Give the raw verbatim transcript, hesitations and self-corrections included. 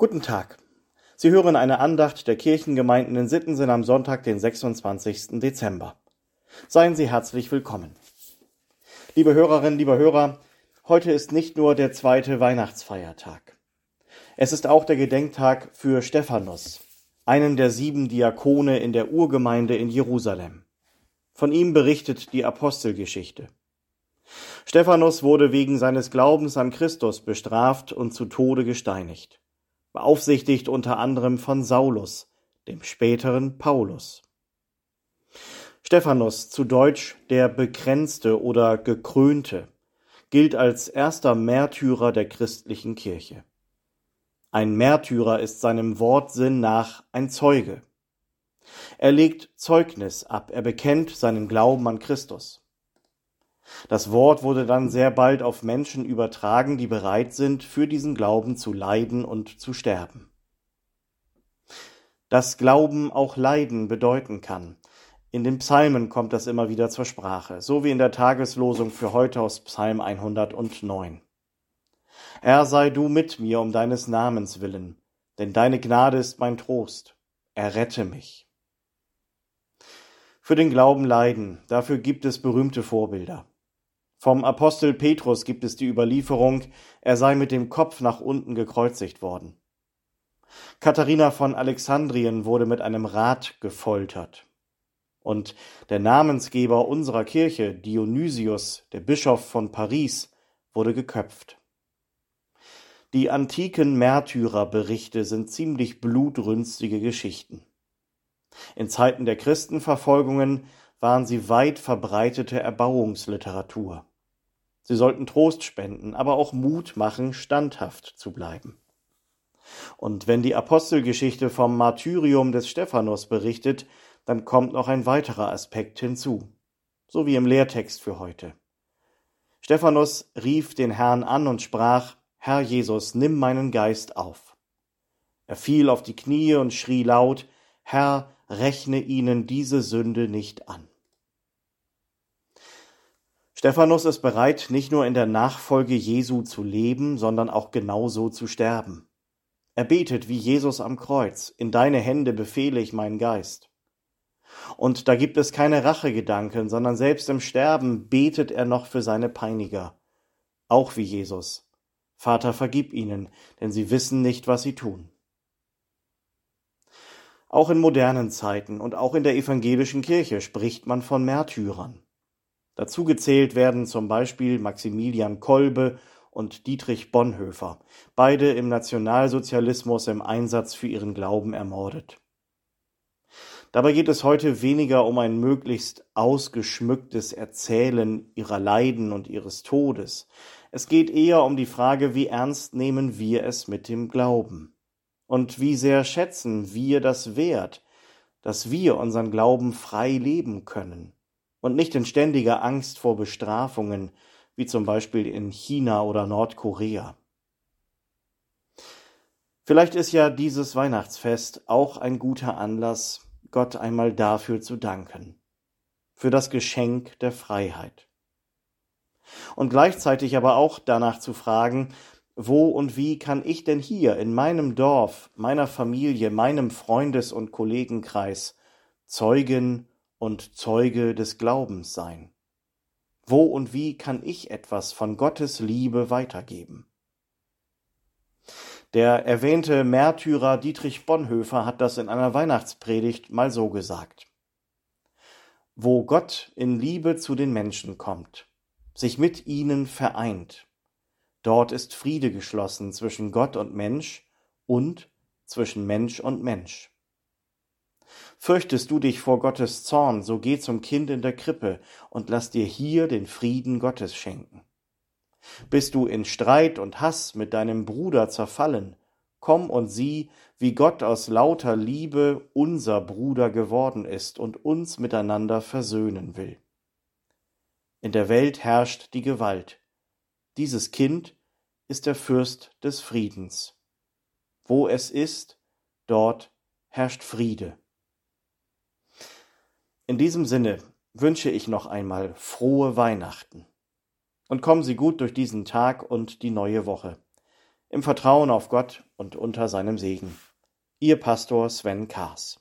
Guten Tag. Sie hören eine Andacht der Kirchengemeinden in Sittensen am Sonntag, den sechsundzwanzigsten Dezember. Seien Sie herzlich willkommen. Liebe Hörerinnen, liebe Hörer, heute ist nicht nur der zweite Weihnachtsfeiertag. Es ist auch der Gedenktag für Stephanus, einen der sieben Diakone in der Urgemeinde in Jerusalem. Von ihm berichtet die Apostelgeschichte. Stephanus wurde wegen seines Glaubens an Christus bestraft und zu Tode gesteinigt, beaufsichtigt unter anderem von Saulus, dem späteren Paulus. Stephanus, zu Deutsch der Bekränzte oder Gekrönte, gilt als erster Märtyrer der christlichen Kirche. Ein Märtyrer ist seinem Wortsinn nach ein Zeuge. Er legt Zeugnis ab, er bekennt seinen Glauben an Christus. Das Wort wurde dann sehr bald auf Menschen übertragen, die bereit sind, für diesen Glauben zu leiden und zu sterben. Dass Glauben auch Leiden bedeuten kann. In den Psalmen kommt das immer wieder zur Sprache, so wie in der Tageslosung für heute aus Psalm hundertneun. Herr, sei du mit mir um deines Namens willen, denn deine Gnade ist mein Trost. Errette mich. Für den Glauben leiden, dafür gibt es berühmte Vorbilder. Vom Apostel Petrus gibt es die Überlieferung, er sei mit dem Kopf nach unten gekreuzigt worden. Katharina von Alexandrien wurde mit einem Rad gefoltert. Und der Namensgeber unserer Kirche, Dionysius, der Bischof von Paris, wurde geköpft. Die antiken Märtyrerberichte sind ziemlich blutrünstige Geschichten. In Zeiten der Christenverfolgungen waren sie weit verbreitete Erbauungsliteratur. Sie sollten Trost spenden, aber auch Mut machen, standhaft zu bleiben. Und wenn die Apostelgeschichte vom Martyrium des Stephanus berichtet, dann kommt noch ein weiterer Aspekt hinzu, so wie im Lehrtext für heute. Stephanus rief den Herrn an und sprach: Herr Jesus, nimm meinen Geist auf. Er fiel auf die Knie und schrie laut: Herr, rechne ihnen diese Sünde nicht an. Stephanus ist bereit, nicht nur in der Nachfolge Jesu zu leben, sondern auch genauso zu sterben. Er betet wie Jesus am Kreuz: In deine Hände befehle ich meinen Geist. Und da gibt es keine Rachegedanken, sondern selbst im Sterben betet er noch für seine Peiniger. Auch wie Jesus: Vater, vergib ihnen, denn sie wissen nicht, was sie tun. Auch in modernen Zeiten und auch in der evangelischen Kirche spricht man von Märtyrern. Dazu gezählt werden zum Beispiel Maximilian Kolbe und Dietrich Bonhoeffer, beide im Nationalsozialismus im Einsatz für ihren Glauben ermordet. Dabei geht es heute weniger um ein möglichst ausgeschmücktes Erzählen ihrer Leiden und ihres Todes. Es geht eher um die Frage, wie ernst nehmen wir es mit dem Glauben? Und wie sehr schätzen wir das wert, dass wir unseren Glauben frei leben können und nicht in ständiger Angst vor Bestrafungen, wie zum Beispiel in China oder Nordkorea. Vielleicht ist ja dieses Weihnachtsfest auch ein guter Anlass, Gott einmal dafür zu danken, für das Geschenk der Freiheit. Und gleichzeitig aber auch danach zu fragen, wo und wie kann ich denn hier in meinem Dorf, meiner Familie, meinem Freundes- und Kollegenkreis Zeugin und Zeuge des Glaubens sein? Wo und wie kann ich etwas von Gottes Liebe weitergeben? Der erwähnte Märtyrer Dietrich Bonhoeffer hat das in einer Weihnachtspredigt mal so gesagt: Wo Gott in Liebe zu den Menschen kommt, sich mit ihnen vereint, dort ist Friede geschlossen zwischen Gott und Mensch und zwischen Mensch und Mensch. Fürchtest du dich vor Gottes Zorn, so geh zum Kind in der Krippe und lass dir hier den Frieden Gottes schenken. Bist du in Streit und Hass mit deinem Bruder zerfallen, komm und sieh, wie Gott aus lauter Liebe unser Bruder geworden ist und uns miteinander versöhnen will. In der Welt herrscht die Gewalt. Dieses Kind ist der Fürst des Friedens. Wo es ist, dort herrscht Friede. In diesem Sinne wünsche ich noch einmal frohe Weihnachten und kommen Sie gut durch diesen Tag und die neue Woche. im Vertrauen auf Gott und unter seinem Segen. Ihr Pastor Sven Kaas.